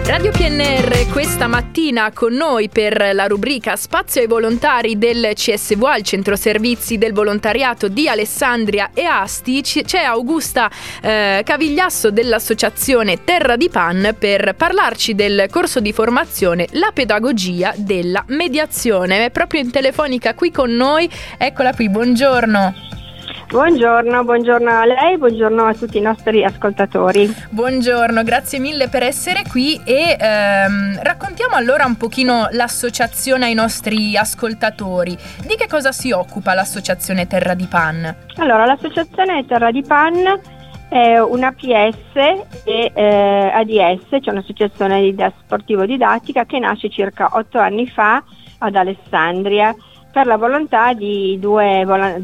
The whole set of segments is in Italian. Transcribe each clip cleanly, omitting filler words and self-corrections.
Radio PNR questa mattina con noi per la rubrica Spazio ai volontari del CSVA, il centro servizi del volontariato di Alessandria e Asti. C'è Augusta Cavigliasso dell'associazione Terra di Pan per parlarci del corso di formazione La pedagogia della mediazione. È proprio in telefonica qui con noi, eccola qui, buongiorno. Buongiorno a lei, buongiorno a tutti i nostri ascoltatori. Buongiorno, grazie mille per essere qui e raccontiamo allora un pochino l'associazione ai nostri ascoltatori. Di che cosa si occupa l'associazione Terra di Pan? Allora, l'associazione Terra di Pan è una APS e ADS, cioè un'associazione sportivo didattica che nasce circa 8 anni fa ad Alessandria, per la volontà di due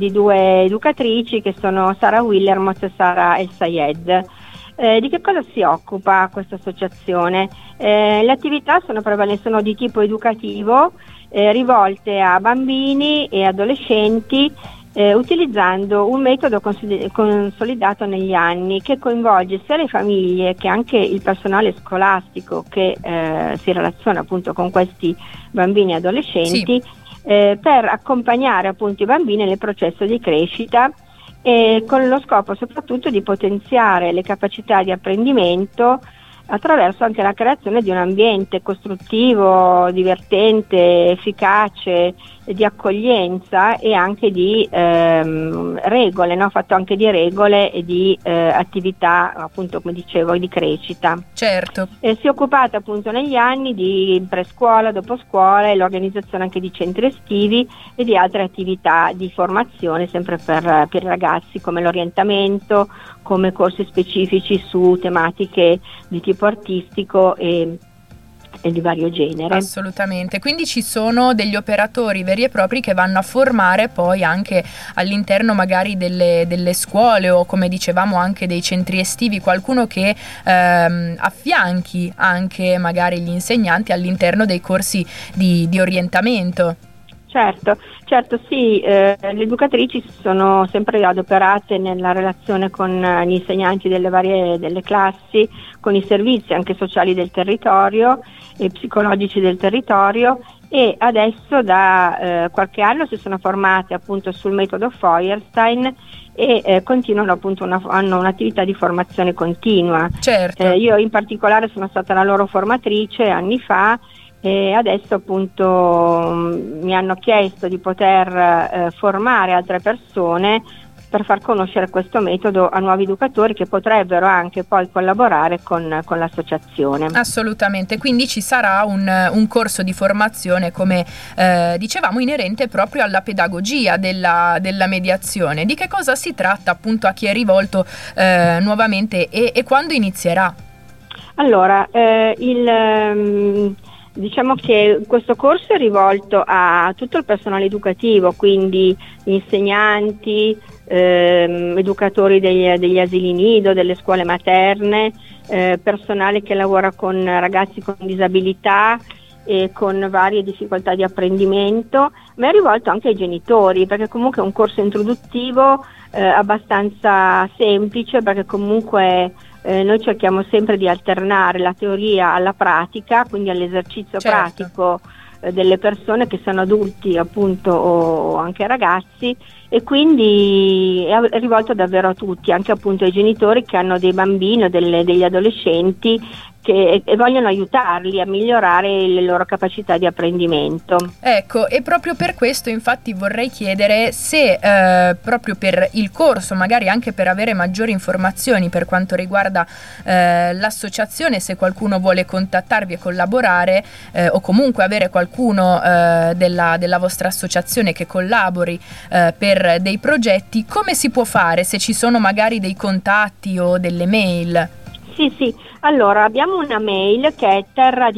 educatrici che sono Sara Willermoz e Sara El Sayed. Di che cosa si occupa questa associazione? Le attività sono di tipo educativo, rivolte a bambini e adolescenti, utilizzando un metodo consolidato negli anni che coinvolge sia le famiglie che anche il personale scolastico che si relaziona appunto con questi bambini e adolescenti. Sì. Per accompagnare appunto i bambini nel processo di crescita con lo scopo soprattutto di potenziare le capacità di apprendimento attraverso anche la creazione di un ambiente costruttivo, divertente, efficace, di accoglienza e anche di regole, no? Fatto anche di regole e di attività, appunto come dicevo, di crescita. Certo. Si è occupata appunto negli anni di prescuola, dopo scuola e l'organizzazione anche di centri estivi e di altre attività di formazione sempre per i ragazzi, come l'orientamento, come corsi specifici su tematiche di tipo artistico e di vario genere. Assolutamente, quindi ci sono degli operatori veri e propri che vanno a formare poi anche all'interno magari delle scuole o, come dicevamo, anche dei centri estivi, qualcuno che affianchi anche magari gli insegnanti all'interno dei corsi di orientamento. Certo sì, le educatrici sono sempre adoperate nella relazione con gli insegnanti delle classi, con i servizi anche sociali del territorio e psicologici del territorio, e adesso da qualche anno si sono formate appunto sul metodo Feuerstein e continuano appunto hanno un'attività di formazione continua. Certo. Io in particolare sono stata la loro formatrice anni fa e adesso appunto mi hanno chiesto di poter formare altre persone per far conoscere questo metodo a nuovi educatori che potrebbero anche poi collaborare con l'associazione. Assolutamente, quindi ci sarà un corso di formazione, come dicevamo, inerente proprio alla pedagogia della mediazione. Di che cosa si tratta, appunto, a chi è rivolto nuovamente e quando inizierà? Allora, diciamo che questo corso è rivolto a tutto il personale educativo, quindi insegnanti, educatori degli asili nido, delle scuole materne, personale che lavora con ragazzi con disabilità e con varie difficoltà di apprendimento, ma è rivolto anche ai genitori, perché comunque è un corso introduttivo abbastanza semplice, perché comunque noi cerchiamo sempre di alternare la teoria alla pratica, quindi all'esercizio pratico delle persone che sono adulti appunto o anche ragazzi, e quindi è rivolto davvero a tutti, anche appunto ai genitori che hanno dei bambini o degli adolescenti che vogliono aiutarli a migliorare le loro capacità di apprendimento. Ecco, e proprio per questo infatti vorrei chiedere se proprio per il corso, magari anche per avere maggiori informazioni per quanto riguarda l'associazione, se qualcuno vuole contattarvi e collaborare o comunque avere qualcuno della vostra associazione che collabori per dei progetti, come si può fare? Se ci sono magari dei contatti o delle mail? Sì, allora abbiamo una mail che è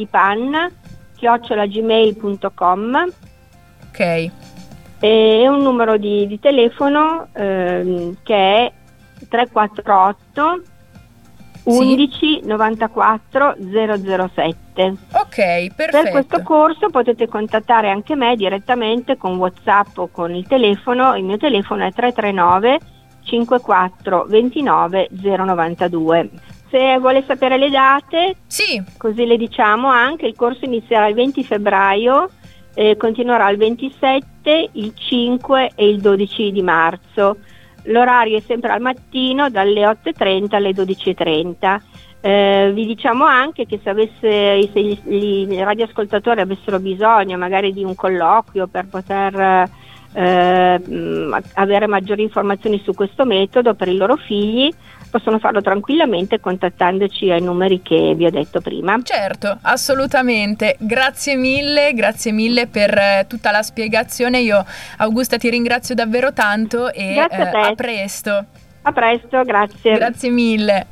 terradipan@gmail.com. Ok. E un numero di telefono che è 348 11 94 007. Ok, perfetto. Per questo corso potete contattare anche me direttamente con WhatsApp o con il telefono. Il mio telefono è 339 54 29 092. Se vuole sapere le date, Sì, così le diciamo anche, il corso inizierà il 20 febbraio, continuerà il 27, il 5 e il 12 di marzo. L'orario è sempre al mattino dalle 8:30 alle 12:30. Vi diciamo anche che se gli radioascoltatori avessero bisogno magari di un colloquio per poter avere maggiori informazioni su questo metodo per i loro figli, possono farlo tranquillamente contattandoci ai numeri che vi ho detto prima. certo, assolutamente. Grazie mille per tutta la spiegazione. Io, Augusta, ti ringrazio davvero tanto e Grazie a te. a presto. A presto, grazie. Grazie mille.